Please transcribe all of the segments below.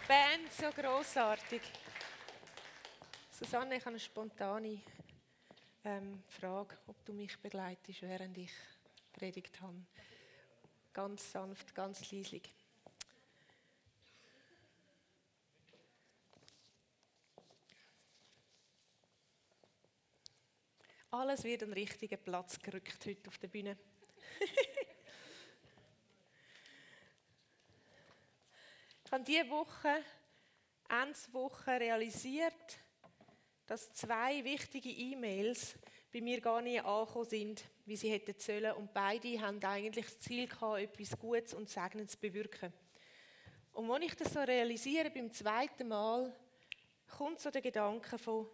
Band, so grossartig. Susanne, ich habe eine spontane Frage, ob du mich begleitest, während ich predigt habe. Ganz sanft, ganz leislich. Alles wird an den richtigen Platz gerückt heute auf der Bühne. Ich habe diese Woche, Endswoche, realisiert, dass 2 wichtige E-Mails bei mir gar nicht angekommen sind, wie sie hätten sollen. Und beide haben eigentlich das Ziel gehabt, etwas Gutes und Segnendes zu bewirken. Und als ich das so realisiere, beim zweiten Mal, kommt so der Gedanke von,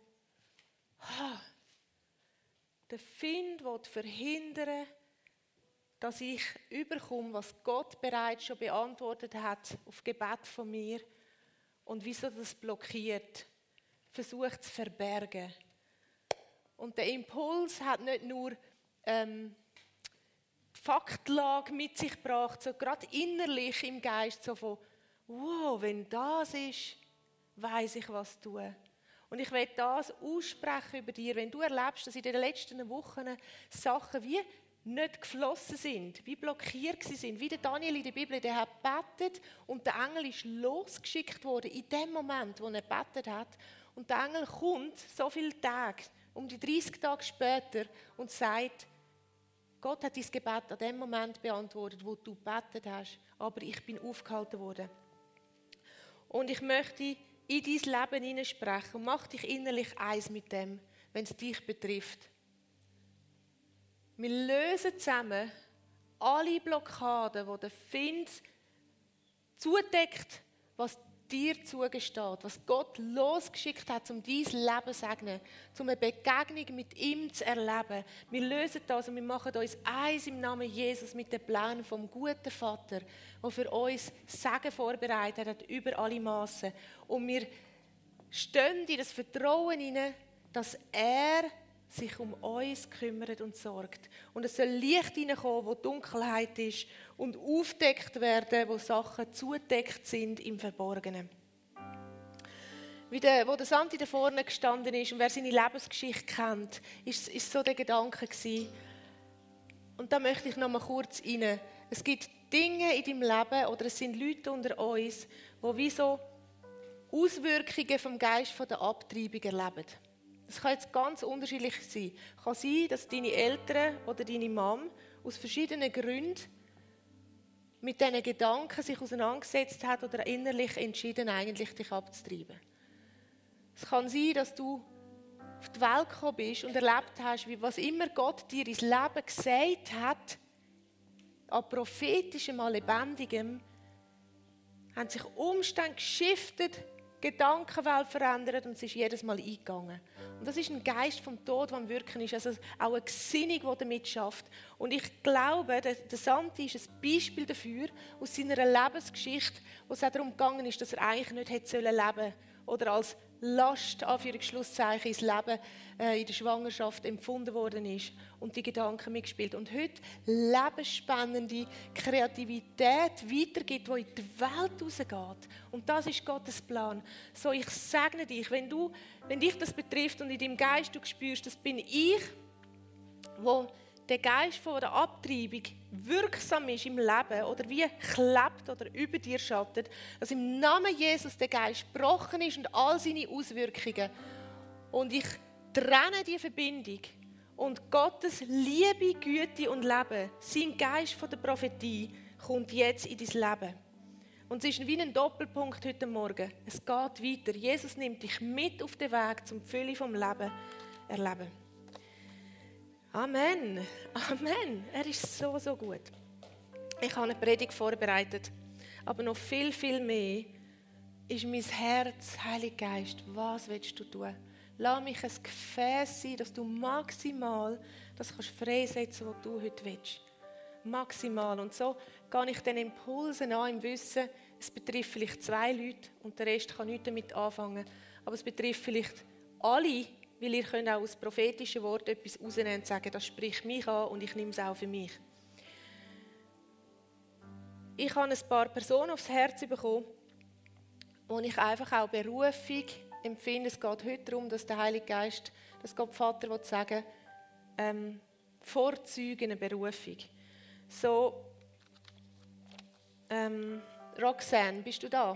der Find will verhindern, dass ich überkomme, was Gott bereits schon beantwortet hat auf Gebet von mir und wieso das blockiert, versucht zu verbergen. Und der Impuls hat nicht nur die Faktlage mit sich gebracht, so gerade innerlich im Geist, so von wow, wenn das ist, weiss ich, was tun. Und ich will das aussprechen über dir, wenn du erlebst, dass in den letzten Wochen Sachen wie nicht geflossen sind, wie blockiert sind, wie der Daniel in der Bibel, der hat gebetet und der Engel ist losgeschickt worden in dem Moment, wo er gebetet hat. Und der Engel kommt so viele Tage, um die 30 Tage später und sagt, Gott hat dein Gebet an dem Moment beantwortet, wo du gebetet hast, aber ich bin aufgehalten worden. Und ich möchte in dein Leben hineinsprechen und mach dich innerlich eins mit dem, wenn es dich betrifft. Wir lösen zusammen alle Blockaden, die der Find zudeckt, was dir zugesteht, was Gott losgeschickt hat, um dein Leben zu segnen, um eine Begegnung mit ihm zu erleben. Wir lösen das und wir machen uns eins im Namen Jesus mit dem Plan vom guten Vater, der für uns Segen vorbereitet hat über alle Massen. Und wir stehen in das Vertrauen hinein, dass er sich um uns kümmert und sorgt. Und es soll Licht hineinkommen, wo Dunkelheit ist, und aufdeckt werden, wo Sachen zugedeckt sind im Verborgenen. Wo der Santi da vorne gestanden ist und wer seine Lebensgeschichte kennt, ist so der Gedanke gewesen. Und da möchte ich noch mal kurz rein. Es gibt Dinge in deinem Leben oder es sind Leute unter uns, die wie so Auswirkungen vom Geist von der Abtreibung erleben. Das kann jetzt ganz unterschiedlich sein. Es kann sein, dass deine Eltern oder deine Mom aus verschiedenen Gründen mit diesen Gedanken sich auseinandergesetzt hat oder innerlich entschieden, eigentlich dich abzutreiben. Es kann sein, dass du auf die Welt gekommen bist und erlebt hast, wie was immer Gott dir ins Leben gesagt hat, an prophetischem, an lebendigem, haben sich Umstände geschiftet, Gedankenwelt verändert und es ist jedes Mal eingegangen. Und das ist ein Geist vom Tod, der am Wirken ist, also auch eine Gesinnung, die damit schafft. Und ich glaube, der Santi ist ein Beispiel dafür, aus seiner Lebensgeschichte, wo es auch darum gegangen ist, dass er eigentlich nicht hätte leben sollen oder als Last, Anführungsschlusszeichen, ins Leben in der Schwangerschaft empfunden worden ist und die Gedanken mitgespielt. Und heute lebensspannende Kreativität weitergibt, die in die Welt rausgeht. Und das ist Gottes Plan. So, ich segne dich, wenn dich das betrifft und in deinem Geist du spürst, das bin ich, wo der Geist von der Abtreibung wirksam ist im Leben oder wie klebt oder über dir schattet, dass im Namen Jesus der Geist gebrochen ist und all seine Auswirkungen. Und ich trenne die Verbindung und Gottes Liebe, Güte und Leben, sein Geist von der Prophetie, kommt jetzt in dein Leben. Und es ist wie ein Doppelpunkt heute Morgen. Es geht weiter. Jesus nimmt dich mit auf den Weg zum Fülle vom Leben erleben. Amen. Amen. Er ist so, so gut. Ich habe eine Predigt vorbereitet, aber noch viel, viel mehr ist mein Herz, Heiliger Geist, was willst du tun? Lass mich ein Gefäß sein, dass du maximal das kannst freisetzen, was du heute willst. Maximal. Und so gehe ich den Impulsen an im Wissen, es betrifft vielleicht 2 Leute und der Rest kann nichts damit anfangen. Aber es betrifft vielleicht alle, weil ihr könnt auch aus prophetischen Worten etwas rausnehmen und sagen, das spricht mich an und ich nehme es auch für mich. Ich habe ein paar Personen aufs Herz bekommen wo ich einfach auch Berufung empfinde. Es geht heute darum, dass der Heilige Geist, dass Gott Vater will sagen, vorzeugen eine Berufung. So, Roxanne, bist du da?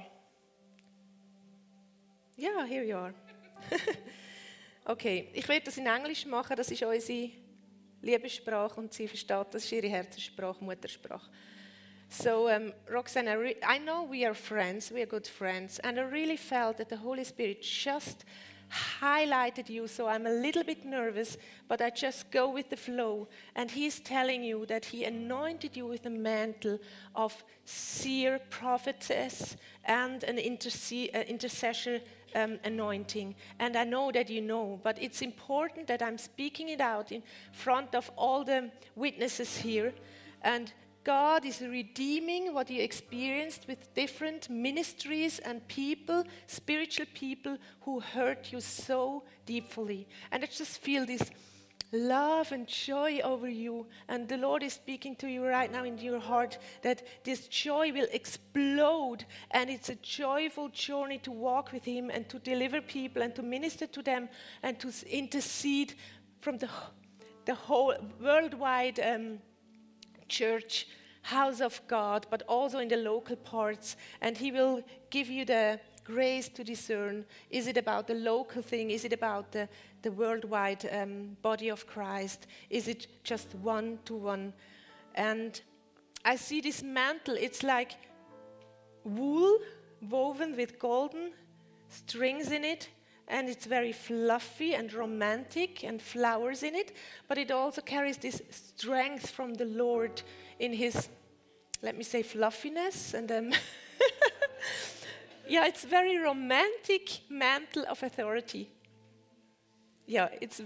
Ja, here you are. Okay, ich werde das in Englisch machen, das ist unsere Liebessprache und sie versteht, das ist ihre Herzenssprache, Muttersprache. So, Roxanne, I know we are friends, we are good friends, and I really felt that the Holy Spirit just highlighted you, so I'm a little bit nervous, but I just go with the flow. And He's telling you that He anointed you with a mantle of seer, prophetess, and an intercessor anointing. And I know that you know, but it's important that I'm speaking it out in front of all the witnesses here. And God is redeeming what you experienced with different ministries and people, spiritual people who hurt you so deeply. And I just feel this love and joy over you. And the Lord is speaking to you right now into your heart that this joy will explode. And it's a joyful journey to walk with Him and to deliver people and to minister to them and to intercede from the whole worldwide church, house of God, but also in the local parts. And He will give you the grace to discern, is it about the local thing? Is it about the worldwide body of Christ? Is it just one-to-one? And I see this mantle, it's like wool woven with golden strings in it. And it's very fluffy and romantic and flowers in it. But it also carries this strength from the Lord in His, let me say, fluffiness. And yeah, it's very romantic mantle of authority. Yeah, it's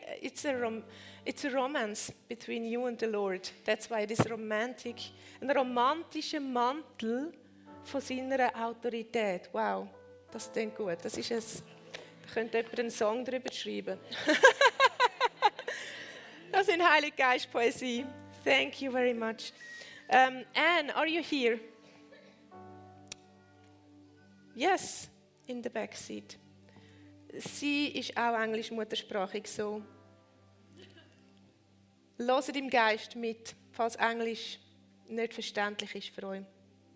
a romance between you and the Lord. That's why it is romantic. Ein romantischer Mantel von seiner Autorität. Wow, das klingt gut. Das ist es. Könnte jemand einen Song darüber schreiben? Das ist Heilige Geist Poesie. Thank you very much. Anne, are you here? Yes, in the back seat. Sie ist auch englisch-muttersprachig, so. Hört im Geist mit, falls Englisch nicht verständlich ist für euch.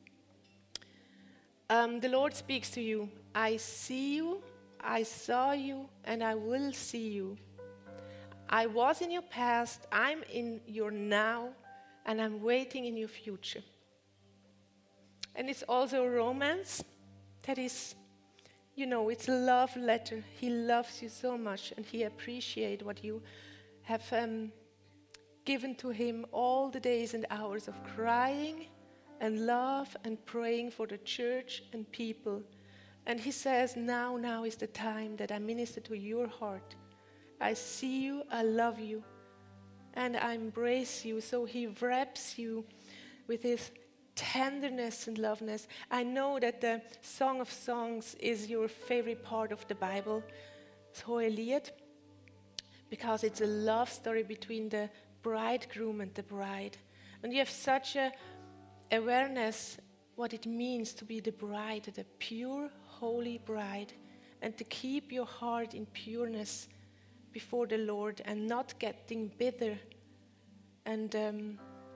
The Lord speaks to you. I see you. I saw you and I will see you. I was in your past, I'm in your now, and I'm waiting in your future. And it's also a romance that is, you know, it's a love letter. He loves you so much and He appreciates what you have given to Him all the days and hours of crying and love and praying for the church and people. And He says, now is the time that I minister to your heart. I see you, I love you, and I embrace you. So He wraps you with His tenderness and loveness. I know that the Song of Songs is your favorite part of the Bible, das Hohelied, because it's a love story between the bridegroom and the bride. And you have such a awareness what it means to be the bride, the pure, holy bride, and to keep your heart in pureness before the Lord and not getting bitter and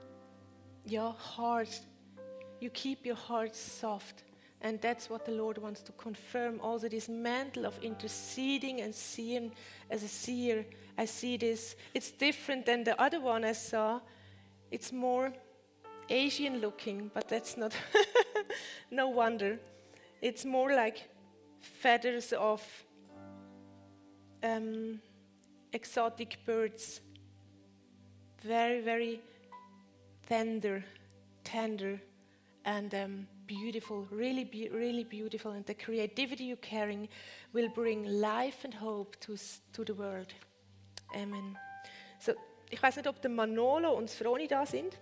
hard. You keep your heart soft, and that's what the Lord wants to confirm. Also, this mantle of interceding and seeing as a seer. I see this. It's different than the other one I saw. It's more Asian looking, but that's not no wonder. It's more like feathers of exotic birds. Very, very tender, and beautiful, really beautiful. And the creativity you're carrying will bring life and hope to the world. Amen. So, ich weiß nicht, ob der Manolo und Froni da sind.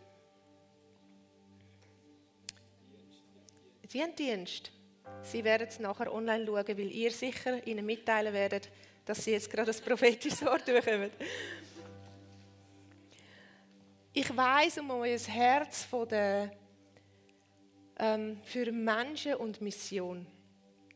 Sie haben Dienst. Sie werden es nachher online schauen, weil ihr sicher ihnen mitteilen werdet, dass sie jetzt gerade das prophetische Wort bekommen. Ich weiss um euer Herz für Menschen und Mission.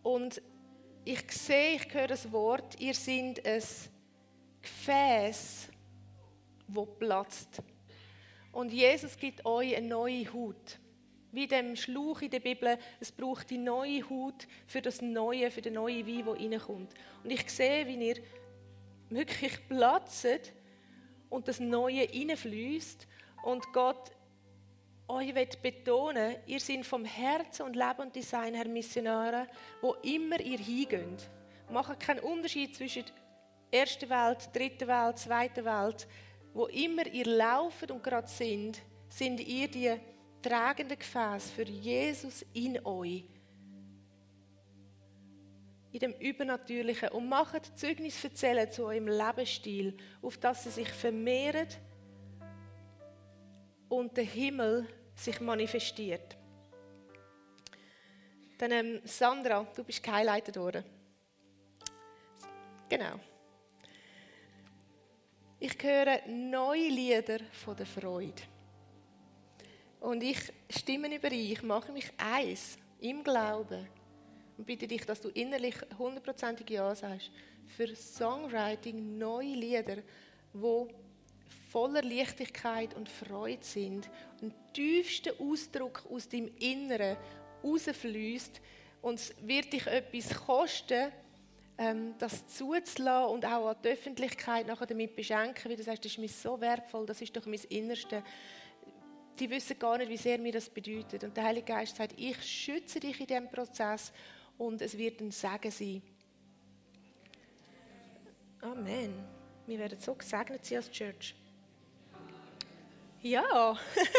Und ich höre das Wort, ihr seid ein Gefäß, das platzt. Und Jesus gibt euch eine neue Haut. Wie dem Schlauch in der Bibel, es braucht die neue Haut für das Neue, für den neuen Wein, der reinkommt. Und ich sehe, wie ihr wirklich platzt und das Neue reinfließt. Und Gott euch betonen, ihr seid vom Herzen und Leben und Design her Missionare, wo immer ihr hingeht. Macht keinen Unterschied zwischen erster Welt, dritter Welt, zweiter Welt. Wo immer ihr lauft und gerade sind ihr die tragenden Gefäße für Jesus in euch. In dem Übernatürlichen. Und macht Zeugnis erzählen zu eurem Lebensstil, auf das sie sich vermehren und der Himmel sich manifestiert. Dann Sandra, du bist gehighlightet worden. Genau. Ich höre neue Lieder von der Freude. Und ich stimme überein, ich mache mich eins im Glauben und bitte dich, dass du innerlich 100% Ja sagst für Songwriting, neue Lieder, die voller Leichtigkeit und Freude sind. Ein tiefster Ausdruck aus deinem Inneren rausfließt und es wird dich etwas kosten, das zuzulassen und auch an die Öffentlichkeit nachher damit beschenken, wie du sagst, das ist mir so wertvoll, das ist doch mein Innerste. Die wissen gar nicht, wie sehr mir das bedeutet. Und der Heilige Geist sagt, ich schütze dich in diesem Prozess und es wird ein Segen sein. Amen. Wir werden so gesegnet sein als Church. Ja.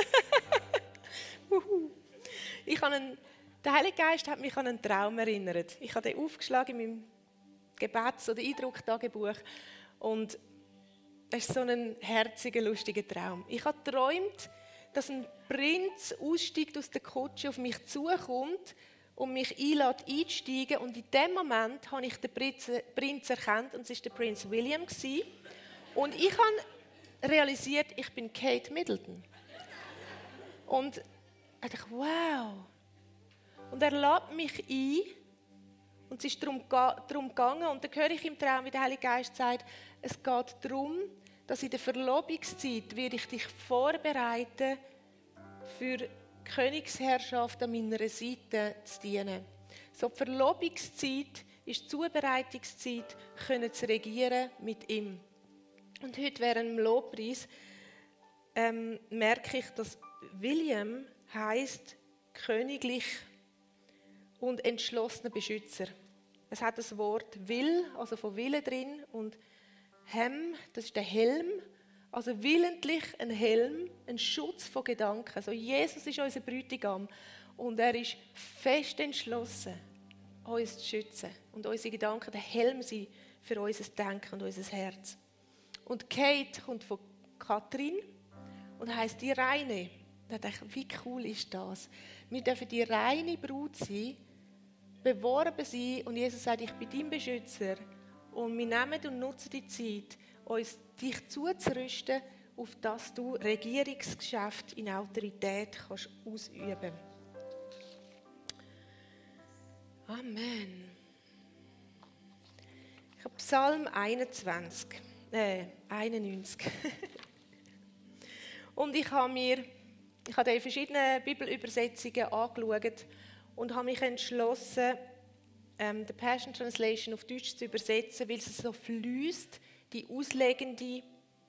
Der Heilige Geist hat mich an einen Traum erinnert. Ich habe den aufgeschlagen in meinem Gebets- oder Eindrucktagebuch und es ist so ein herziger, lustiger Traum. Ich habe geträumt, dass ein Prinz aussteigt aus der Kutsche, auf mich zukommt und mich einlädt einzusteigen. Und in dem Moment habe ich den Prinz erkannt und es war der Prinz William. Und ich habe realisiert, ich bin Kate Middleton. Und ich dachte, wow. Und er lädt mich ein und es ist darum gegangen, und dann höre ich im Traum, wie der Heilige Geist sagt, es geht darum, dass in der Verlobungszeit werde ich dich vorbereiten, für die Königsherrschaft an meiner Seite zu dienen. So die Verlobungszeit ist die Zubereitungszeit, können zu regieren mit ihm. Und heute während dem Lobpreis merke ich, dass William heisst königlich und entschlossener Beschützer. Es hat das Wort Will, also von Wille drin, und Hem, das ist der Helm, also willentlich ein Helm, ein Schutz von Gedanken. Also Jesus ist unser Bräutigam und er ist fest entschlossen, uns zu schützen und unsere Gedanken der Helm sind für unser Denken und unser Herz. Und Kate kommt von Katrin und heisst die Reine. Da dachte ich, wie cool ist das? Wir dürfen die reine Brut sein, beworben sein und Jesus sagt, ich bin dein Beschützer. Und wir nehmen und nutzen die Zeit, dich zuzurüsten, auf dass du Regierungsgeschäft in Autorität kannst ausüben. Amen. Ich habe Psalm 91. Und ich habe die verschiedenen Bibelübersetzungen angeschaut und habe mich entschlossen, die Passion Translation auf Deutsch zu übersetzen, weil es so fließt, die auslegende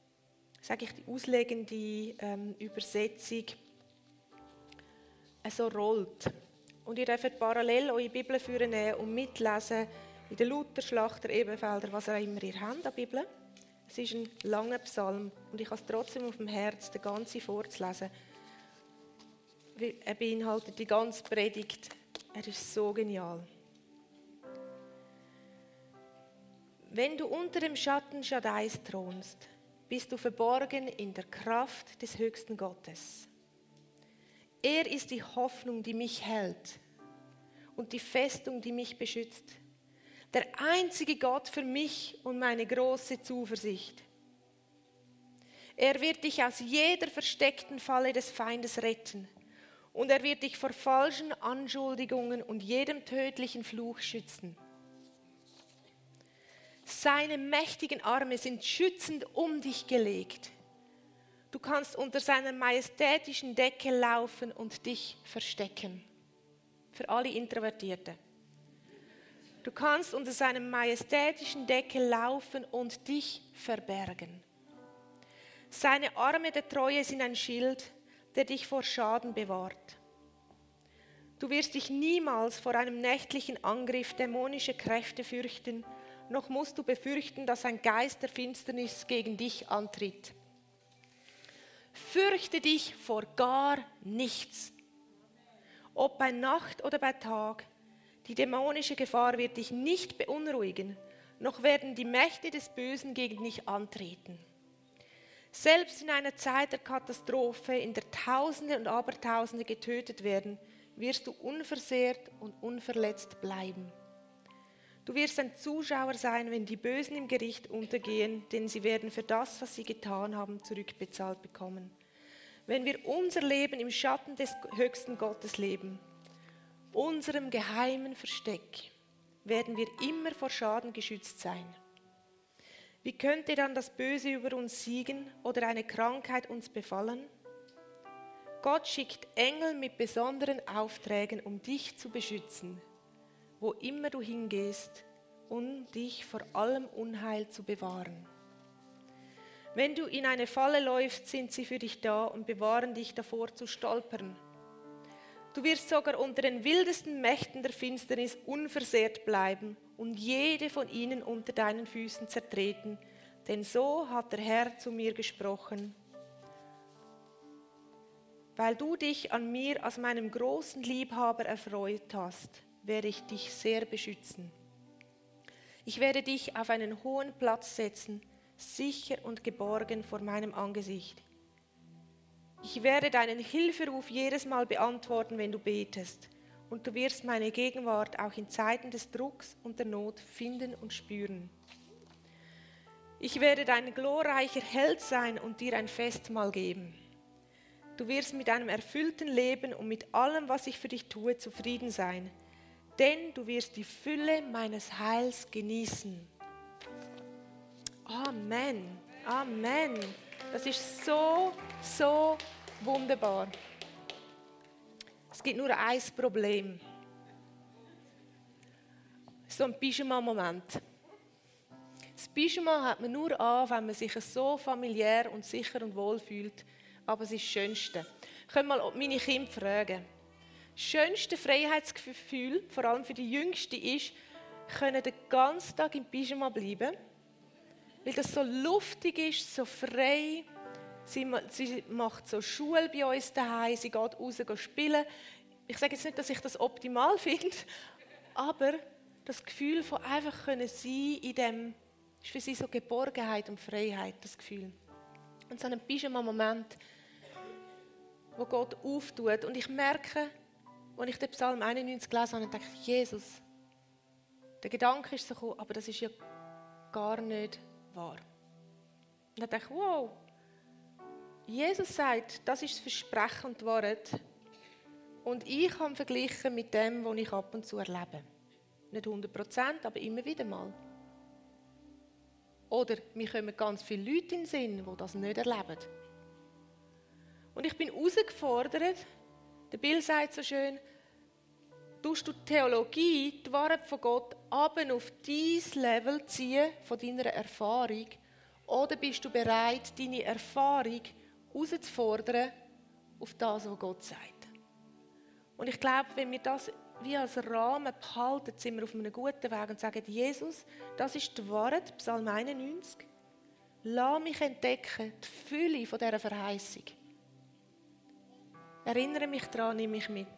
Übersetzung so rollt. Und ihr dürft parallel eure Bibel nehmen und mitlesen, in der Luther, Schlachter, Ebenfelder, was auch immer ihr habt an Bibel. Es ist ein langer Psalm und ich habe es trotzdem auf dem Herz, den ganzen vorzulesen. Er beinhaltet die ganze Predigt. Er ist so genial. Wenn du unter dem Schatten Schaddais thronst, bist du verborgen in der Kraft des höchsten Gottes. Er ist die Hoffnung, die mich hält und die Festung, die mich beschützt. Der einzige Gott für mich und meine große Zuversicht. Er wird dich aus jeder versteckten Falle des Feindes retten Und er wird dich vor falschen Anschuldigungen und jedem tödlichen Fluch schützen. Seine mächtigen Arme sind schützend um dich gelegt. Du kannst unter seiner majestätischen Decke laufen und dich verstecken. Für alle Introvertierten. Du kannst unter seiner majestätischen Decke laufen und dich verbergen. Seine Arme der Treue sind ein Schild, der dich vor Schaden bewahrt. Du wirst dich niemals vor einem nächtlichen Angriff dämonischer Kräfte fürchten, noch musst du befürchten, dass ein Geist der Finsternis gegen dich antritt. Fürchte dich vor gar nichts. Ob bei Nacht oder bei Tag, die dämonische Gefahr wird dich nicht beunruhigen, noch werden die Mächte des Bösen gegen dich antreten. Selbst in einer Zeit der Katastrophe, in der Tausende und Abertausende getötet werden, wirst du unversehrt und unverletzt bleiben. Du wirst ein Zuschauer sein, wenn die Bösen im Gericht untergehen, denn sie werden für das, was sie getan haben, zurückbezahlt bekommen. Wenn wir unser Leben im Schatten des höchsten Gottes leben, unserem geheimen Versteck, werden wir immer vor Schaden geschützt sein. Wie könnte dann das Böse über uns siegen oder eine Krankheit uns befallen? Gott schickt Engel mit besonderen Aufträgen, um dich zu beschützen, wo immer du hingehst, um dich vor allem Unheil zu bewahren. Wenn du in eine Falle läufst, sind sie für dich da und bewahren dich davor zu stolpern. Du wirst sogar unter den wildesten Mächten der Finsternis unversehrt bleiben und jede von ihnen unter deinen Füßen zertreten, denn so hat der Herr zu mir gesprochen. Weil du dich an mir als meinem großen Liebhaber erfreut hast, werde ich dich sehr beschützen. Ich werde dich auf einen hohen Platz setzen, sicher und geborgen vor meinem Angesicht. Ich werde deinen Hilferuf jedes Mal beantworten, wenn du betest, und du wirst meine Gegenwart auch in Zeiten des Drucks und der Not finden und spüren. Ich werde dein glorreicher Held sein und dir ein Festmahl geben. Du wirst mit einem erfüllten Leben und mit allem, was ich für dich tue, zufrieden sein, denn du wirst die Fülle meines Heils genießen. Amen. Amen. Das ist so, so wunderbar. Es gibt nur ein Problem. So ein Pyjama-Moment. Das Pyjama hat man nur an, wenn man sich so familiär und sicher und wohl fühlt. Aber es ist das Schönste. Ich kann mal meine Kinder fragen. Das schönste Freiheitsgefühl, vor allem für die Jüngsten, ist, können den ganzen Tag im Pyjama bleiben, weil das so luftig ist, so frei. Sie macht so Schule bei uns daheim, sie geht raus spielen. Ich sage jetzt nicht, dass ich das optimal finde, aber das Gefühl von einfach können sein in dem, ist für sie so Geborgenheit und Freiheit, das Gefühl. Und so einen Pyjama-Moment, wo Gott auftut. Und ich merke, als ich den Psalm 91 gelesen habe, dachte ich, Jesus, der Gedanke ist so gekommen, aber das ist ja gar nicht wahr. Und dann dachte ich, wow, Jesus sagt, das ist das Versprechen und die Wahrheit. Und ich habe verglichen mit dem, was ich ab und zu erlebe. Nicht 100%, aber immer wieder mal. Oder mir kommen ganz viele Leute in den Sinn, die das nicht erleben. Und ich bin herausgefordert, der Bill sagt so schön, tust du Theologie, die Wahrheit von Gott, ab auf dein Level ziehen, von deiner Erfahrung, oder bist du bereit, deine Erfahrung herauszufordern auf das, was Gott sagt. Und ich glaube, wenn wir das wie als Rahmen behalten, sind wir auf einem guten Weg und sagen, Jesus, das ist die Wahrheit, Psalm 91. Lass mich entdecken, die Fülle von dieser Verheißung. Erinnere mich daran, nimm mich mit.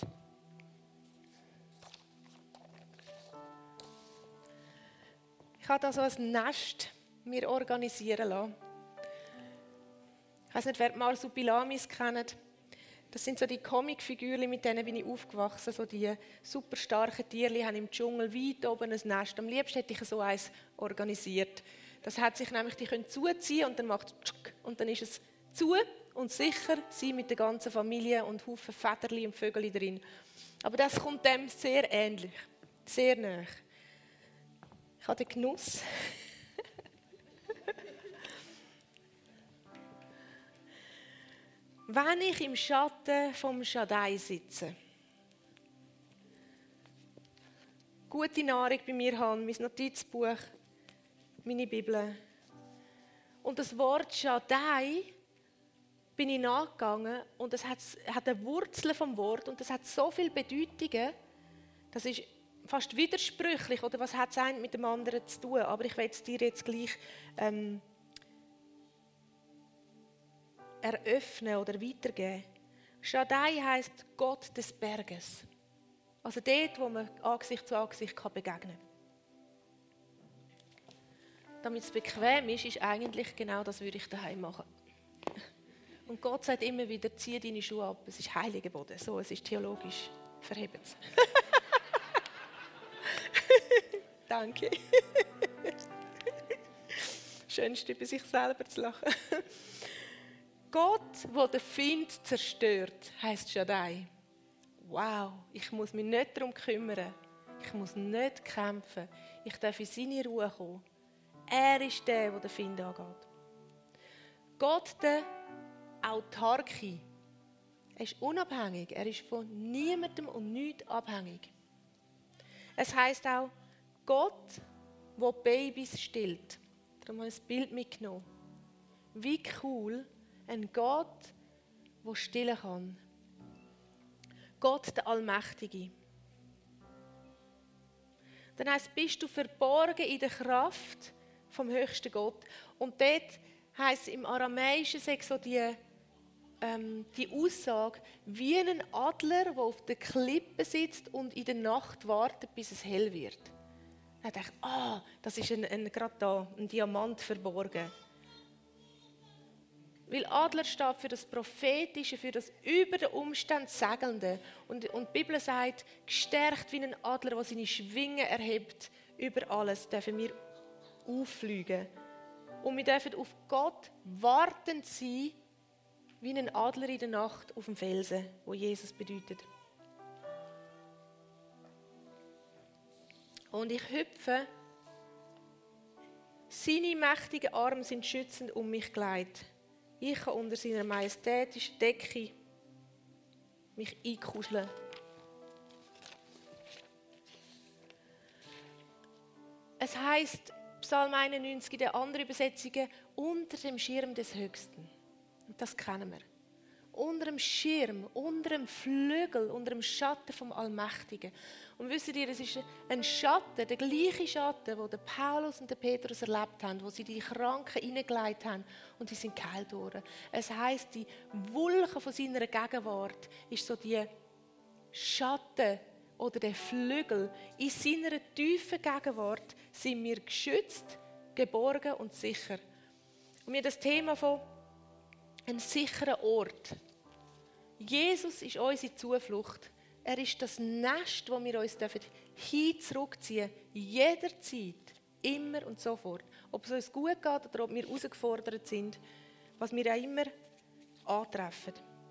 Ich habe da so ein Nest mir organisieren lassen. Ich weiss nicht, wer die Marsupilamis kennt. Das sind so die Comicfigürchen, mit denen bin ich aufgewachsen. So die super starken Tierchen haben im Dschungel weit oben ein Nest. Am liebsten hätte ich so eins organisiert. Das hat sich nämlich, die können zuziehen und dann macht es tschuk und dann ist es zu und sicher sein mit der ganzen Familie und Haufen Federli und Vögel drin. Aber das kommt dem sehr ähnlich, sehr nahe. Ich habe den Genuss. Wenn ich im Schatten vom Shaddai sitze, gute Nahrung bei mir habe, mein Notizbuch, meine Bibel und das Wort Shaddai bin ich nachgegangen und es hat eine Wurzel vom Wort und es hat so viele Bedeutungen, das ist fast widersprüchlich oder was hat es ein mit dem anderen zu tun, aber ich will es dir jetzt gleich eröffnen oder weitergeben. Shaddai heisst Gott des Berges. Also dort, wo man Angesicht zu Angesicht begegnen kann. Damit es bequem ist, ist eigentlich genau das, würde ich daheim machen. Und Gott sagt immer wieder, zieh deine Schuhe ab, es ist heiliger Boden. So, es ist theologisch. Verhebt es. Danke. Schönste, über sich selber zu lachen. Gott, der den Feind zerstört, heisst Shaddai. Wow, ich muss mich nicht darum kümmern. Ich muss nicht kämpfen. Ich darf in seine Ruhe kommen. Er ist der den Feind angeht. Gott, der Autarkie. Er ist unabhängig. Er ist von niemandem und nichts abhängig. Es heisst auch, Gott, der Babys stillt. Darum habe ich ein Bild mitgenommen. Wie cool, ein Gott, der stillen kann. Gott, der Allmächtige. Dann heisst, bist du verborgen in der Kraft vom höchsten Gott. Und dort heisst im Aramäischen so die Aussage, wie ein Adler, der auf der Klippe sitzt und in der Nacht wartet, bis es hell wird. Dann dachte ich, das ist gerade da, ein Diamant verborgen. Weil Adler steht für das Prophetische, für das über den Umständen Segelnde. Und die Bibel sagt, gestärkt wie ein Adler, der seine Schwingen erhebt, über alles dürfen wir auffliegen. Und wir dürfen auf Gott wartend sein, wie ein Adler in der Nacht auf dem Felsen, wo Jesus bedeutet. Und ich hüpfe, seine mächtigen Arme sind schützend um mich gelegt. Ich kann unter seiner majestätischen Decke mich einkuscheln. Es heisst, Psalm 91 in den anderen Übersetzungen, unter dem Schirm des Höchsten. Und das kennen wir. Unter dem Schirm, unter dem Flügel, unter dem Schatten vom Allmächtigen. Und wisst ihr, es ist ein Schatten, der gleiche Schatten, den Paulus und Petrus erlebt haben, wo sie die Kranken hineingelegt haben und die sind geheilt worden. Es heisst, die Wolke von seiner Gegenwart ist so die Schatten oder der Flügel. In seiner tiefen Gegenwart sind wir geschützt, geborgen und sicher. Und mir das Thema von einem sicheren Ort. Jesus ist unsere Zuflucht. Er ist das Nest, wo wir uns zurückziehen dürfen. Jederzeit, immer und sofort. Ob es uns gut geht oder ob wir herausgefordert sind, was wir auch immer antreffen.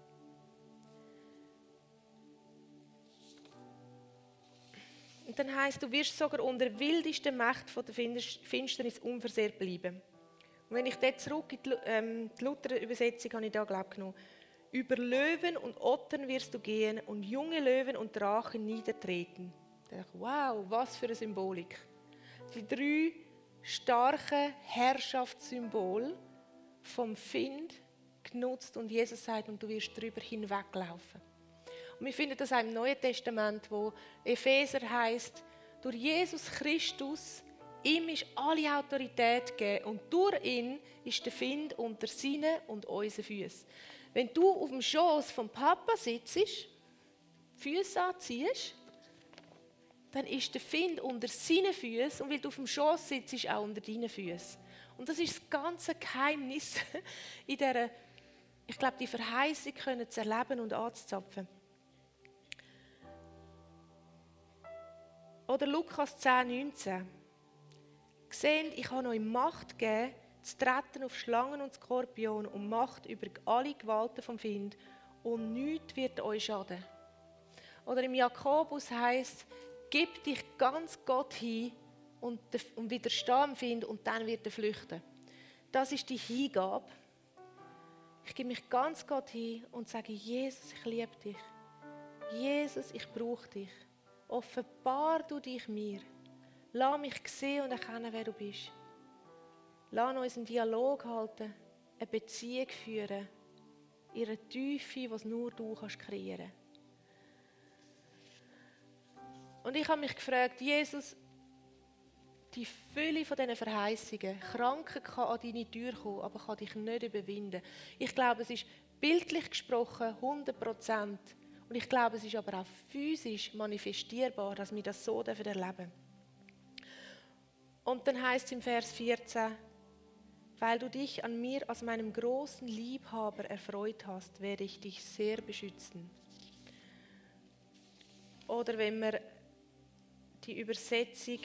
Und dann heisst, du wirst sogar unter der wildesten Macht von der Finsternis unversehrt bleiben. Und wenn ich dort zurück in die Luther-Übersetzung habe ich da genommen, über Löwen und Ottern wirst du gehen und junge Löwen und Drachen niedertreten. Da dachte ich, wow, was für eine Symbolik. Die 3 starken Herrschaftssymbole vom Find genutzt und Jesus sagt, und du wirst darüber hinweglaufen. Und wir finden das auch im Neuen Testament, wo Epheser heisst, durch Jesus Christus, ihm ist alle Autorität gegeben und durch ihn ist der Find unter seinen und unseren Füßen. Wenn du auf dem Schoß vom Papa sitzt, Füße anziehst, dann ist der Find unter seinen Füßen und weil du auf dem Schoß sitzt, auch unter deinen Füßen. Und das ist das ganze Geheimnis in dieser, ich glaube, die Verheißung können zu erleben und anzuzapfen. Oder Lukas 10,19. Seht, ich habe euch Macht gegeben, zu treten auf Schlangen und Skorpione und Macht über alle Gewalten vom Feind und nichts wird euch schaden. Oder im Jakobus heisst, gib dich ganz Gott hin und widersteh dem Feind und dann wird er flüchten. Das ist die Hingabe. Ich gebe mich ganz Gott hin und sage, Jesus, ich liebe dich. Jesus, ich brauche dich. Offenbar du dich mir. Lass mich sehen und erkennen, wer du bist. Lass uns einen Dialog halten, eine Beziehung führen, in einer Tiefe, die nur du kreieren kannst. Und ich habe mich gefragt, Jesus, die Fülle von diesen Verheißungen, Kranken kann an deine Tür kommen, aber kann dich nicht überwinden. Ich glaube, es ist bildlich gesprochen 100%. Und ich glaube, es ist aber auch physisch manifestierbar, dass wir das so erleben dürfen. Und dann heißt es im Vers 14, weil du dich an mir als meinem großen Liebhaber erfreut hast, werde ich dich sehr beschützen. Oder wenn wir die Übersetzung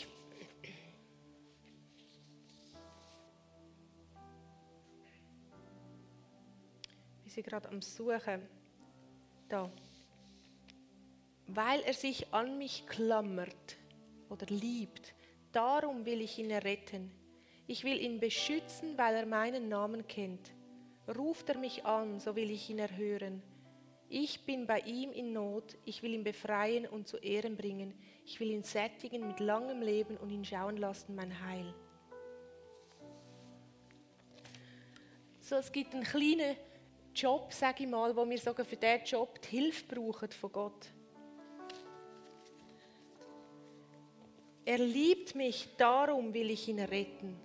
wir sind gerade am Suchen da. Weil er sich an mich klammert oder liebt, darum will ich ihn retten. Ich will ihn beschützen, weil er meinen Namen kennt. Ruft er mich an, so will ich ihn erhören. Ich bin bei ihm in Not, ich will ihn befreien und zu Ehren bringen. Ich will ihn sättigen mit langem Leben und ihn schauen lassen, mein Heil. So, es gibt einen kleinen Job, sage ich mal, wo wir sogar für diesen Job die Hilfe brauchen von Gott. Er liebt mich, darum will ich ihn retten.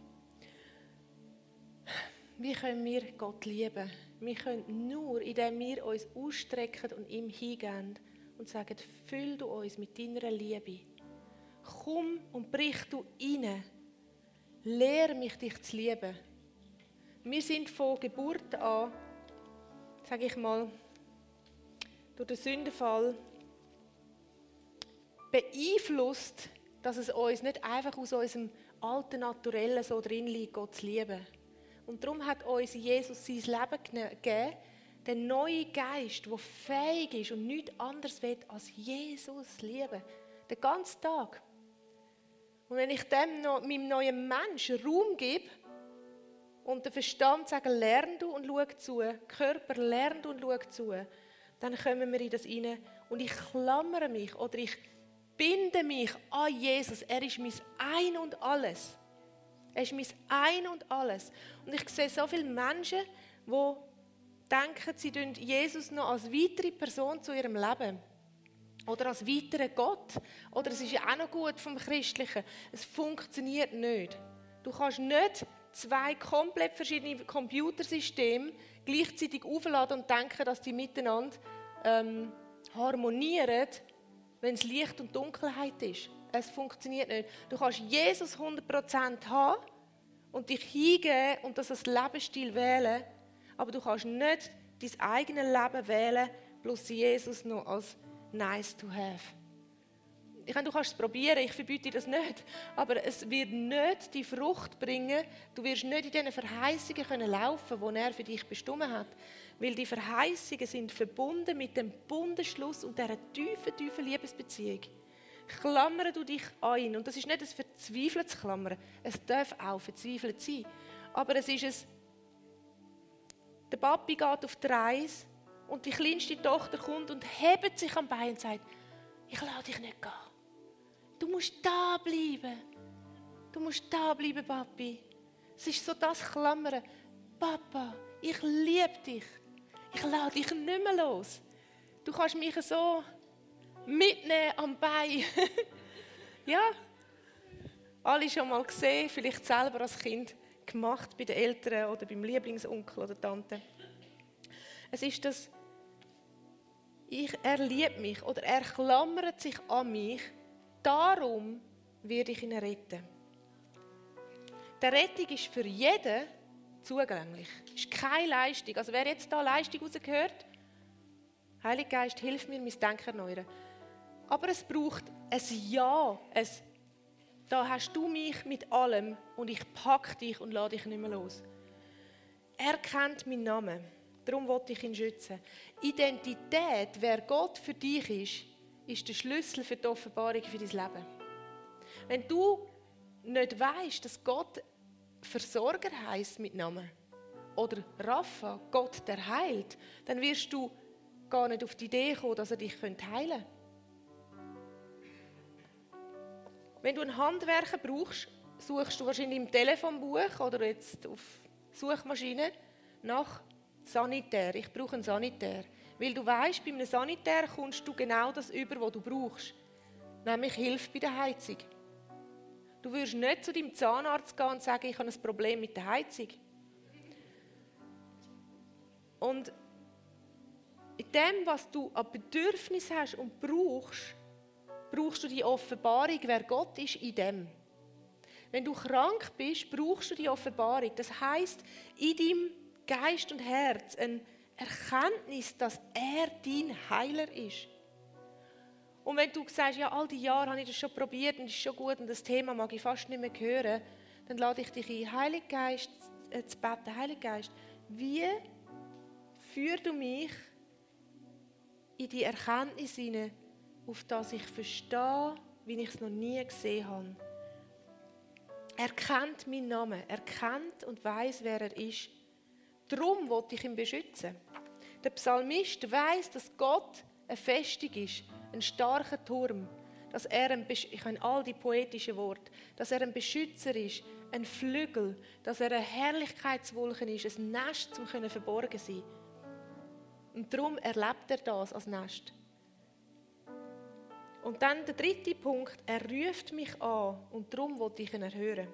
Wie können wir Gott lieben? Wir können nur, indem wir uns ausstrecken und ihm hingehen und sagen, füll du uns mit deiner Liebe. Komm und brich du rein. Lehre mich, dich zu lieben. Wir sind von Geburt an, sage ich mal, durch den Sündenfall beeinflusst, dass es uns nicht einfach aus unserem alten Naturellen so drin liegt, Gott zu lieben. Und darum hat uns Jesus sein Leben gegeben, der neue Geist, der fähig ist und nichts anderes will, als Jesus lieben. Den ganzen Tag. Und wenn ich dem noch, meinem neuen Menschen Raum gebe und den Verstand sage, lern du und schau zu, Körper, lern du und schau zu, dann kommen wir in das rein und ich klammere mich oder ich binde mich an Jesus. Er ist mein Ein und Alles. Er ist mein Ein und Alles. Und ich sehe so viele Menschen, die denken, sie tun Jesus noch als weitere Person zu ihrem Leben. Oder als weiteren Gott. Oder es ist ja auch noch gut vom Christlichen. Es funktioniert nicht. Du kannst nicht zwei komplett verschiedene Computersysteme gleichzeitig aufladen und denken, dass die miteinander harmonieren, wenn es Licht und Dunkelheit ist. Es funktioniert nicht. Du kannst Jesus 100% haben und dich hingeben und das als Lebensstil wählen, aber du kannst nicht dein eigenes Leben wählen, plus Jesus noch als nice to have. Ich meine, du kannst es probieren, ich verbiete das nicht, aber es wird nicht die Frucht bringen, du wirst nicht in diesen Verheißungen können laufen, die er für dich bestimmt hat, weil die Verheißungen sind verbunden mit dem Bundesschluss und dieser tiefen Liebesbeziehung. Klammere du dich an ihn. Und das ist nicht ein verzweifeltes Klammern. Es darf auch verzweifelt sein. Aber es ist es, der Papi geht auf die Reise und die kleinste Tochter kommt und hebt sich am Bein und sagt, ich lasse dich nicht gehen. Du musst da bleiben. Du musst da bleiben, Papi. Es ist so das Klammern. Papa, ich liebe dich. Ich lasse dich nicht mehr los. Du kannst mich so mitnehmen am Bein. Ja, alle schon mal gesehen, vielleicht selber als Kind gemacht bei den Eltern oder beim Lieblingsonkel oder Tante. Es ist das, er liebt mich oder er klammert sich an mich, darum werde ich ihn retten. Die Rettung ist für jeden zugänglich. Es ist keine Leistung. Also wer jetzt da Leistung rausgehört, Heiliger Geist, hilf mir, mein Denken erneuern. Aber es braucht ein Ja, Da hast du mich mit allem und ich packe dich und lade dich nicht mehr los. Er kennt meinen Namen, darum will ich ihn schützen. Identität, wer Gott für dich ist der Schlüssel für die Offenbarung für dein Leben. Wenn du nicht weisst, dass Gott Versorger heisst mit Namen oder Rapha, Gott der heilt, dann wirst du gar nicht auf die Idee kommen, dass er dich heilen könnte. Wenn du einen Handwerker brauchst, suchst du wahrscheinlich im Telefonbuch oder jetzt auf Suchmaschine nach Sanitär. Ich brauche einen Sanitär. Weil du weisst, bei einem Sanitär kommst du genau das über, was du brauchst. Nämlich Hilfe bei der Heizung. Du würdest nicht zu deinem Zahnarzt gehen und sagen, ich habe ein Problem mit der Heizung. Und in dem, was du an Bedürfnis hast und brauchst du die Offenbarung, wer Gott ist, in dem. Wenn du krank bist, brauchst du die Offenbarung. Das heisst, in deinem Geist und Herz eine Erkenntnis, dass er dein Heiler ist. Und wenn du sagst, ja, all die Jahre habe ich das schon probiert und ist schon gut und das Thema mag ich fast nicht mehr hören, dann lade ich dich ein, Heiliger Geist, zu beten. Heiliger Geist, wie führst du mich in die Erkenntnis hinein, auf das ich verstehe, wie ich es noch nie gesehen habe. Er kennt meinen Namen, er kennt und weiss, wer er ist. Darum will ich ihn beschützen. Der Psalmist weiss, dass Gott eine Festung ist, ein starker Turm, dass er ich habe all die poetischen Worte, dass er ein Beschützer ist, ein Flügel, dass er eine Herrlichkeitswolke ist, ein Nest, um verborgen zu sein. Und darum erlebt er das als Nest. Und dann der dritte Punkt, er ruft mich an und darum will ich ihn erhören.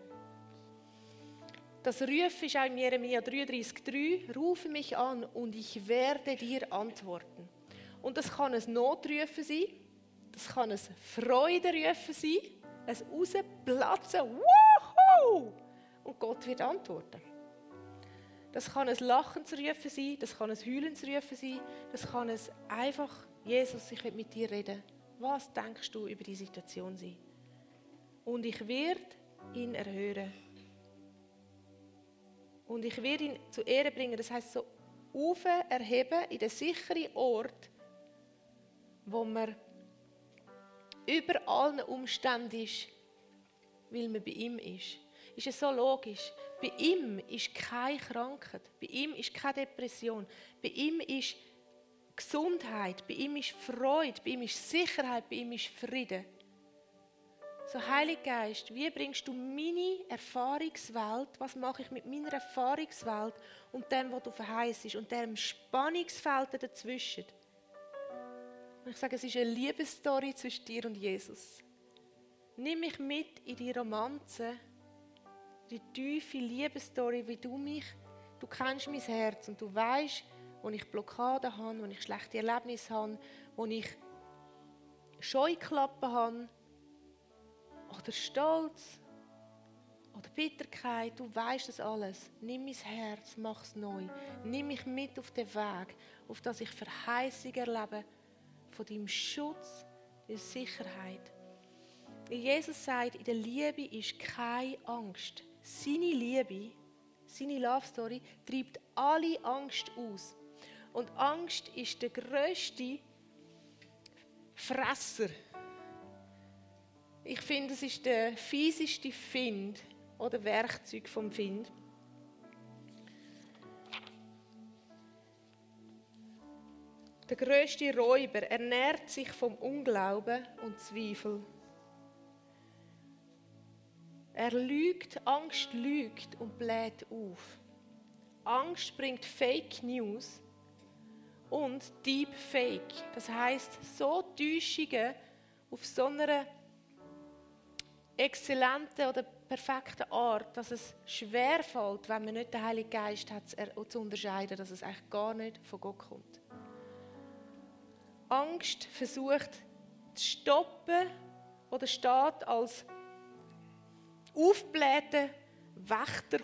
Das Rufen ist auch in Jeremia 33,3, rufe mich an und ich werde dir antworten. Und das kann ein Notrufen sein, das kann ein Freuderufen sein, ein Rausplatzen, wuhu! Und Gott wird antworten. Das kann ein Lachensrufen sein, das kann ein Heulensrufen sein, das kann ein einfach, Jesus, ich will mit dir reden. Was denkst du über die Situation sein? Und ich werde ihn erhören. Und ich werde ihn zu Ehre bringen. Das heisst, so erheben in den sicheren Ort, wo man über allen Umständen ist, weil man bei ihm ist. Ist es so logisch? Bei ihm ist keine Krankheit, bei ihm ist keine Depression, bei ihm ist Gesundheit, bei ihm ist Freude, bei ihm ist Sicherheit, bei ihm ist Frieden. So, Heiliger Geist, wie bringst du meine Erfahrungswelt, was mache ich mit meiner Erfahrungswelt und dem, was du verheißt und dem Spannungsfeld dazwischen? Und ich sage, es ist eine Liebesstory zwischen dir und Jesus. Nimm mich mit in die Romanze, die tiefe Liebesstory, wie du kennst mein Herz und du weißt, wo ich Blockaden habe, wo ich schlechte Erlebnisse habe, wo ich Scheuklappen habe, oder Stolz, oder Bitterkeit, du weißt das alles. Nimm mein Herz, mach es neu. Nimm mich mit auf den Weg, auf das ich Verheißung erlebe, von deinem Schutz, der Sicherheit. Jesus sagt, in der Liebe ist keine Angst. Seine Liebe, seine Love Story, treibt alle Angst aus. Und Angst ist der grösste Fresser. Ich finde, es ist der fieseste Find oder Werkzeug vom Find. Der grösste Räuber ernährt sich vom Unglauben und Zweifel. Er lügt, Angst lügt und bläht auf. Angst bringt Fake News und Deepfake. Das heisst, so Täuschungen auf so einer exzellenten oder perfekten Art, dass es schwerfällt, wenn man nicht den Heiligen Geist hat, zu unterscheiden, dass es eigentlich gar nicht von Gott kommt. Angst versucht zu stoppen oder steht als aufgeblähter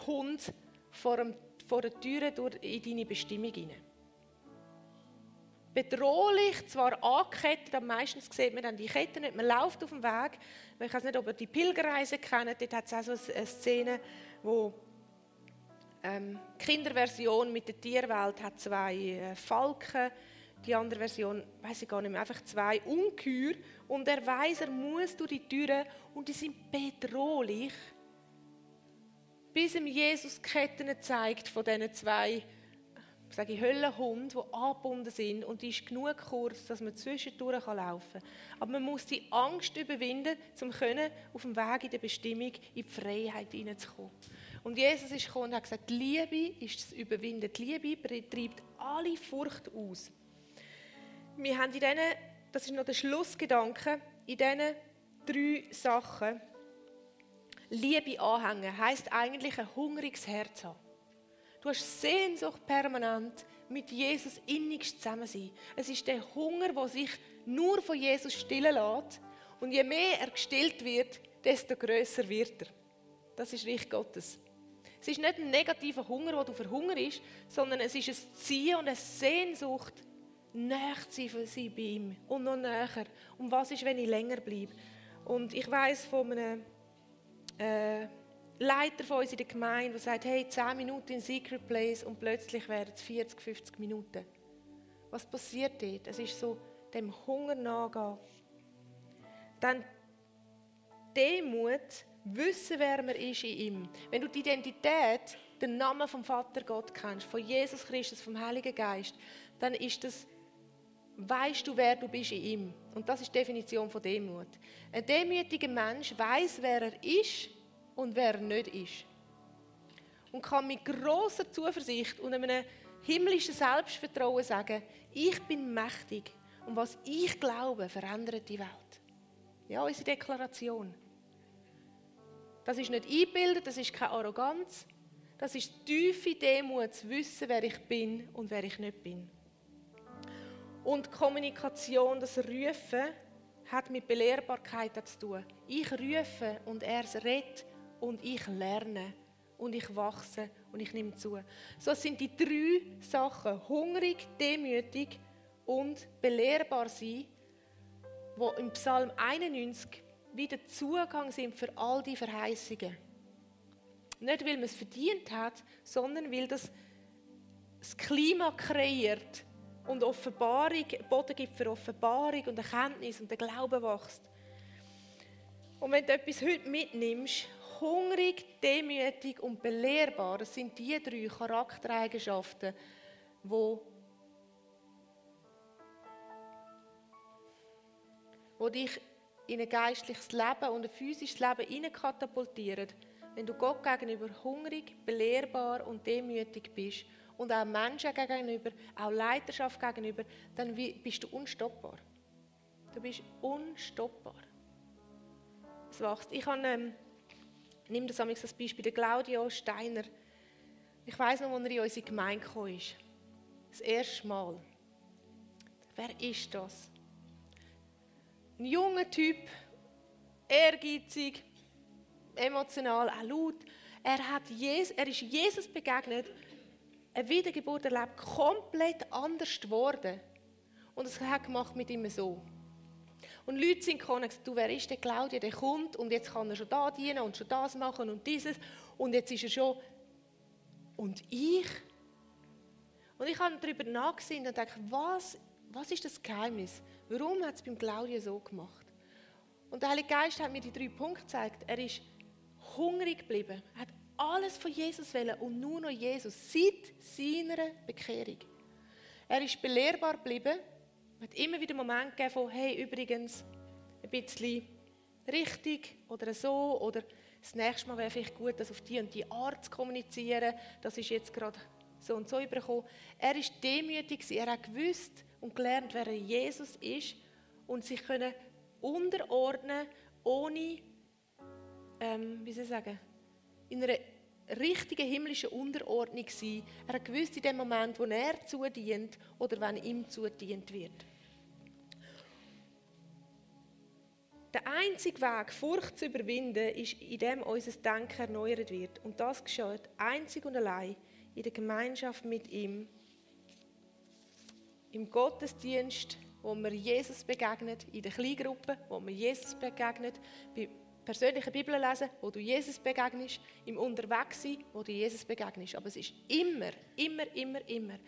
Wächterhund vor der Tür in deine Bestimmung hinein. bedrohlich, zwar angekettet, aber meistens sieht man dann die Ketten nicht, man läuft auf dem Weg. Ich weiß nicht, ob ihr die Pilgerreise kennt, dort hat es auch so eine Szene, wo die Kinderversion mit der Tierwelt hat 2 Falken, die andere Version, weiß ich gar nicht mehr, einfach 2 Ungeheuer. Und er weiss, er muss durch die Türen und die sind bedrohlich, bis ihm Jesus die Ketten zeigt von diesen 2, sage ich, Höllenhunden, die angebunden sind, und die ist genug kurz, dass man zwischendurch laufen kann. Aber man muss die Angst überwinden, um auf dem Weg in der Bestimmung in die Freiheit hineinzukommen. Und Jesus ist gekommen und hat gesagt, die Liebe ist das Überwinden. Die Liebe treibt alle Furcht aus. Wir haben das ist noch der Schlussgedanke, in diesen 3 Sachen Liebe anhängen, heisst eigentlich ein hungriges Herz haben. Du hast Sehnsucht permanent mit Jesus innigst zusammen sein. Es ist der Hunger, der sich nur von Jesus stillen lässt. Und je mehr er gestillt wird, desto grösser wird er. Das ist Reich Gottes. Es ist nicht ein negativer Hunger, den du verhungerst, sondern es ist ein Ziehen und eine Sehnsucht, näher zu sein bei ihm und noch näher. Und was ist, wenn ich länger bleibe? Und ich weiss von einem Leiter von uns in der Gemeinde, der sagt, hey, 10 Minuten in Secret Place und plötzlich werden es 40, 50 Minuten. Was passiert dort? Es ist so, dem Hunger nachgehen. Dann Demut, wissen, wer man ist in ihm. Wenn du die Identität, den Namen vom Vater Gott kennst, von Jesus Christus, vom Heiligen Geist, dann ist das, weißt du, wer du bist in ihm. Und das ist die Definition von Demut. Ein demütiger Mensch weiss, wer er ist und wer er nicht ist. Und kann mit grosser Zuversicht und einem himmlischen Selbstvertrauen sagen, ich bin mächtig und was ich glaube, verändert die Welt. Ja, unsere Deklaration. Das ist nicht eingebildet, das ist keine Arroganz. Das ist tiefe Demut, zu wissen, wer ich bin und wer ich nicht bin. Und Kommunikation, das Rufen, hat mit Belehrbarkeit zu tun. Ich rufe und er redet und ich lerne und ich wachse und ich nehme zu. So sind die 3 Sachen, hungrig, demütig und belehrbar sein, die im Psalm 91 wieder Zugang sind für all die Verheißungen. Nicht, weil man es verdient hat, sondern weil das Klima kreiert und Offenbarung, Boden gibt für Offenbarung und Erkenntnis und der Glaube wächst. Und wenn du etwas heute mitnimmst, hungrig, demütig und belehrbar, das sind die 3 Charaktereigenschaften, die dich in ein geistliches Leben und ein physisches Leben hineinkatapultieren, wenn du Gott gegenüber hungrig, belehrbar und demütig bist und auch Menschen gegenüber, auch Leiterschaft gegenüber, dann bist du unstoppbar. Du bist unstoppbar. Es wächst. Ich nehme das als Beispiel, der Claudio Steiner. Ich weiss noch, als er in unsere Gemeinde gekommen ist. Das erste Mal. Wer ist das? Ein junger Typ, ehrgeizig, emotional, auch laut. Er ist Jesus begegnet, eine Wiedergeburt erlebt, komplett anders geworden. Und es hat gemacht mit ihm so. Und Leute sind gekommen und gesagt, du, wer ist der Claudio, der kommt und jetzt kann er schon da dienen und schon das machen und dieses und jetzt ist er schon... Und ich? Und ich habe darüber nachgesehen und gedacht, was ist das Geheimnis? Warum hat es beim Claudio so gemacht? Und der Heilige Geist hat mir die 3 Punkte gezeigt. Er ist hungrig geblieben, er hat alles von Jesus wollen und nur noch Jesus, seit seiner Bekehrung. Er ist belehrbar geblieben, es hat immer wieder Momente gegeben von, hey, übrigens, ein bisschen richtig oder so, oder das nächste Mal wäre vielleicht gut, das auf die und die Art zu kommunizieren, das ist jetzt gerade so und so übergekommen. Er war demütig, er hat gewusst und gelernt, wer Jesus ist und sich können unterordnen, ohne, wie soll ich sagen, in einer richtigen himmlischen Unterordnung sein. Er hat gewusst in dem Moment, wo er zudient oder wenn ihm zudient wird. Der einzige Weg, Furcht zu überwinden, ist, indem unser Denken erneuert wird. Und das geschieht einzig und allein in der Gemeinschaft mit ihm. im Gottesdienst, wo man Jesus begegnet, in der Kleingruppe, wo man Jesus begegnet, bei persönlichen Bibellesen, wo du Jesus begegnest, im Unterwegssein, wo du Jesus begegnest. Aber es ist immer ein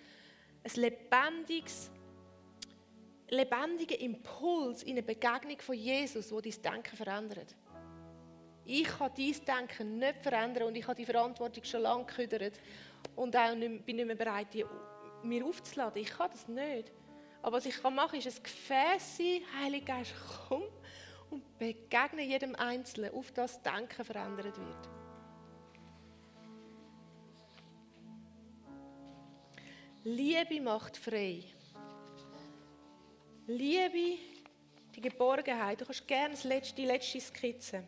lebendiger Impuls in eine Begegnung von Jesus, wo dein Denken verändert. Ich kann dein Denken nicht verändern und ich habe die Verantwortung schon lange gehüdert und auch bin nicht mehr bereit, die mir aufzuladen. Ich kann das nicht. Aber was ich machen kann, ist ein Gefäß sein, Heiliger Geist, komm und begegne jedem Einzelnen, auf das Denken verändert wird. Liebe macht frei. Liebe, die Geborgenheit. Du kannst gerne die letzte Skizze.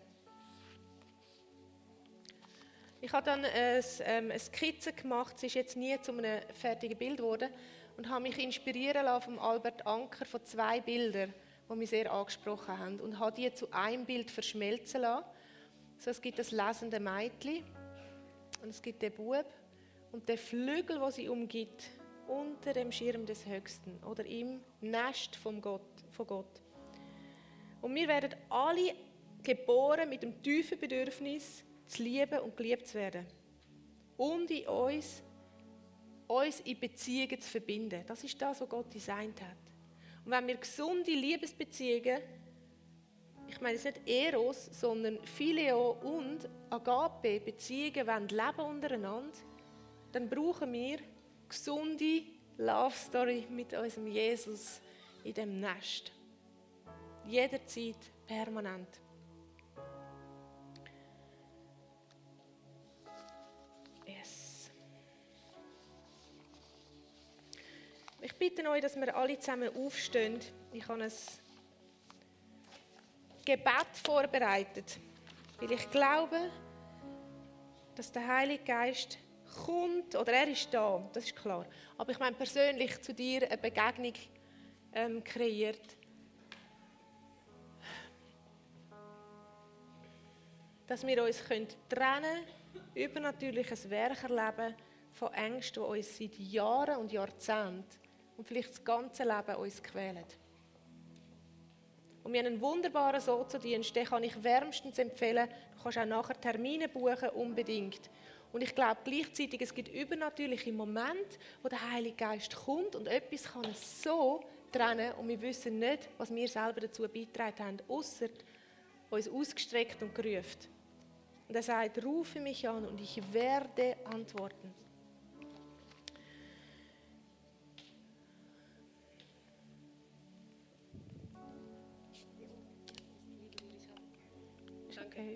Ich habe dann eine Skizze gemacht, es ist jetzt nie zu einem fertigen Bild geworden, und habe mich inspirieren lassen von Albert Anker von 2 Bildern, die mich sehr angesprochen haben, und habe die zu einem Bild verschmelzen lassen. So, es gibt das lesende Mädchen und es gibt den Bub und den Flügel, den sie umgibt, unter dem Schirm des Höchsten oder im Nest von Gott. Und wir werden alle geboren mit dem tiefen Bedürfnis, zu lieben und geliebt zu werden. Und in uns in Beziehungen zu verbinden. Das ist das, was Gott designt hat. Und wenn wir gesunde Liebesbeziehungen, ich meine jetzt nicht Eros, sondern Phileo und Agape-Beziehungen leben untereinander, dann brauchen wir gesunde Love Story mit unserem Jesus in dem Nest. Jederzeit, permanent. Yes. Ich bitte euch, dass wir alle zusammen aufstehen. Ich habe ein Gebet vorbereitet, weil ich glaube, dass der Heilige Geist kommt, oder er ist da, das ist klar. Aber ich meine persönlich zu dir eine Begegnung kreiert. Dass wir uns trennen können, übernatürliches Werk erleben von Ängsten, die uns seit Jahren und Jahrzehnten und vielleicht das ganze Leben uns quälen. Und wir haben einen wunderbaren Sozodienst, den kann ich wärmstens empfehlen. Du kannst auch nachher Termine buchen, unbedingt. Und ich glaube gleichzeitig, es gibt übernatürliche Momente, wo der Heilige Geist kommt und etwas kann es so trennen und wir wissen nicht, was wir selber dazu beigetragen haben, ausser uns ausgestreckt und gerufen. Und er sagt, rufe mich an und ich werde antworten. Ist okay.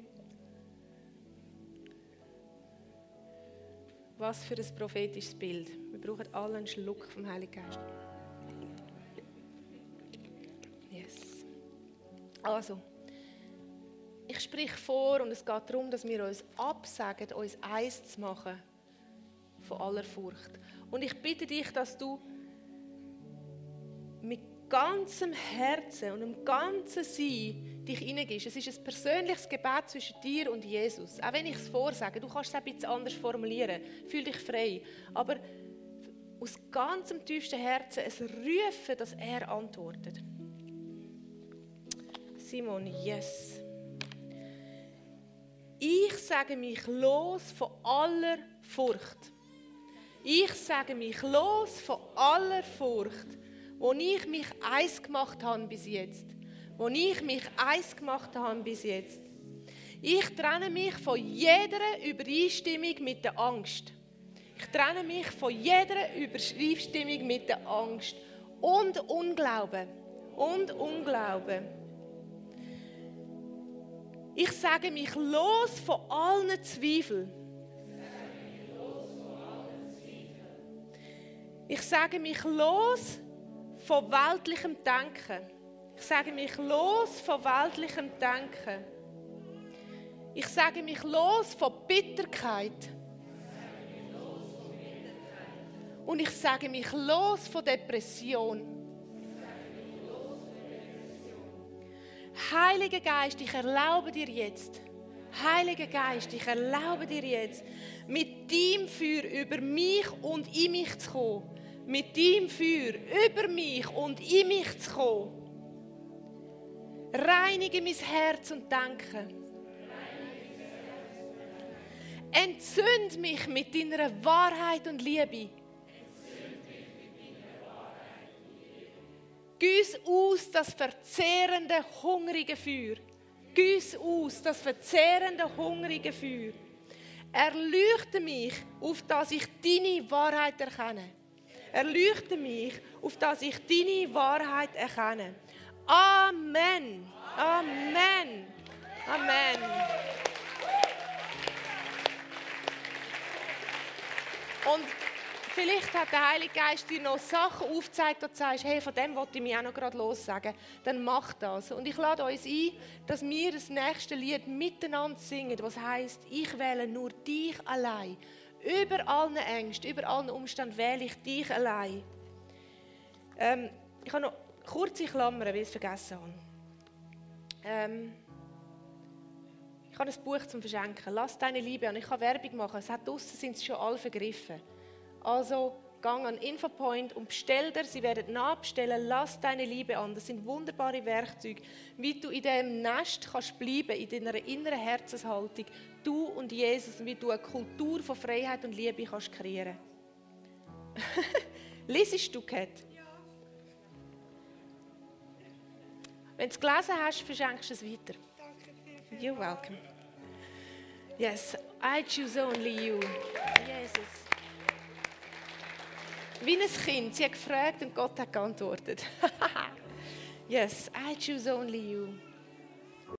Was für ein prophetisches Bild. Wir brauchen alle einen Schluck vom Heiligen Geist. Yes. Also, ich spreche vor und es geht darum, dass wir uns absagen, uns eins zu machen von aller Furcht. Und ich bitte dich, dass du mit ganzem Herzen und dem ganzen Sein dich hineingibst. Es ist ein persönliches Gebet zwischen dir und Jesus. Auch wenn ich es vorsage, du kannst es ein bisschen anders formulieren. Fühl dich frei. Aber aus ganzem tiefsten Herzen es rufen, dass er antwortet. Simon, yes. Ich sage mich los von aller Furcht. Ich sage mich los von aller Furcht, wo ich mich eins gemacht habe bis jetzt. Ich trenne mich von jeder Übereinstimmung mit der Angst. Ich trenne mich von jeder Übereinstimmung mit der Angst und Unglauben. Ich sage mich los von allen Zweifeln. Ich sage mich los von weltlichem Denken. Ich sage mich los von weltlichem Denken. Ich sage mich los von Bitterkeit. Und ich sage mich los von Depression. Heiliger Geist, ich erlaube dir jetzt, mit deinem Feuer über mich und in mich zu kommen. mit deinem Feuer über mich und in mich zu kommen. Reinige mein Herz und Denken. Entzünd mich mit deiner Wahrheit und Liebe. Gieß aus das verzehrende, hungrige Feuer. Gieß aus das verzehrende, hungrige Feuer. Erleuchte mich, auf dass ich deine Wahrheit erkenne. Erleuchte mich, auf dass ich deine Wahrheit erkenne. Amen. Amen. Amen. Und vielleicht hat der Heilige Geist dir noch Sachen aufgezeigt, wo du sagst, hey, von dem wollte ich mich auch noch gerade lossagen. Dann mach das. Und ich lade uns ein, dass wir das nächste Lied miteinander singen, was heisst, ich wähle nur dich allein. Über allen Ängsten, über allen Umständen wähle ich dich allein. Ich habe noch kurze Klammern, weil ich es vergessen habe. Ich habe ein Buch zum Verschenken. Lass deine Liebe an. Ich kann Werbung machen. Es hat draussen, sind sie schon alle vergriffen. Also, gang an Infopoint und bestell dir. Sie werden nachbestellen. Lass deine Liebe an. Das sind wunderbare Werkzeuge, wie du in diesem Nest kannst bleiben, in deiner inneren Herzenshaltung. Du und Jesus, wie du eine Kultur von Freiheit und Liebe kannst kreieren. Lesest du, Kat? Wenn du es gelesen hast, verschenkst du es weiter. You're welcome. Yes, I choose only you. Jesus. Wie ein Kind. Sie hat gefragt und Gott hat geantwortet. Yes, I choose only you.